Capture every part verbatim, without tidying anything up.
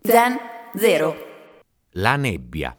Zen Zero. La nebbia.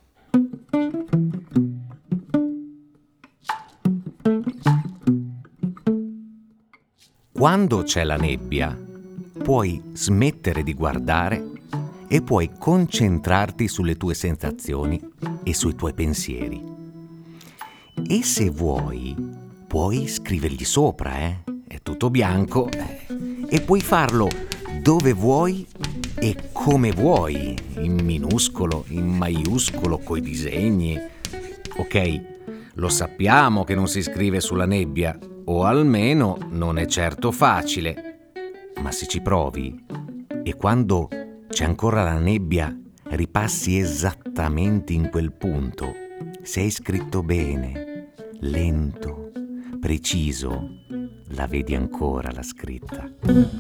Quando c'è la nebbia, puoi smettere di guardare e puoi concentrarti sulle tue sensazioni e sui tuoi pensieri. E se vuoi, puoi scrivergli sopra, eh? È tutto bianco, eh? E puoi farlo dove vuoi e come vuoi, in minuscolo, in maiuscolo, coi disegni. Ok, lo sappiamo che non si scrive sulla nebbia, o almeno non è certo facile. Ma se ci provi, e quando c'è ancora la nebbia, ripassi esattamente in quel punto, se hai scritto bene, lento, preciso, la vedi ancora la scritta.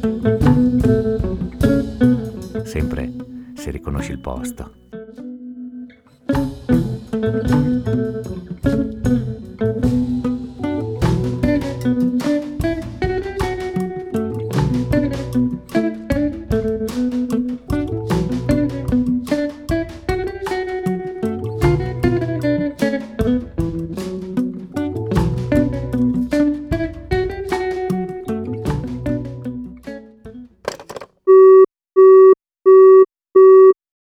Sempre se riconosci il posto.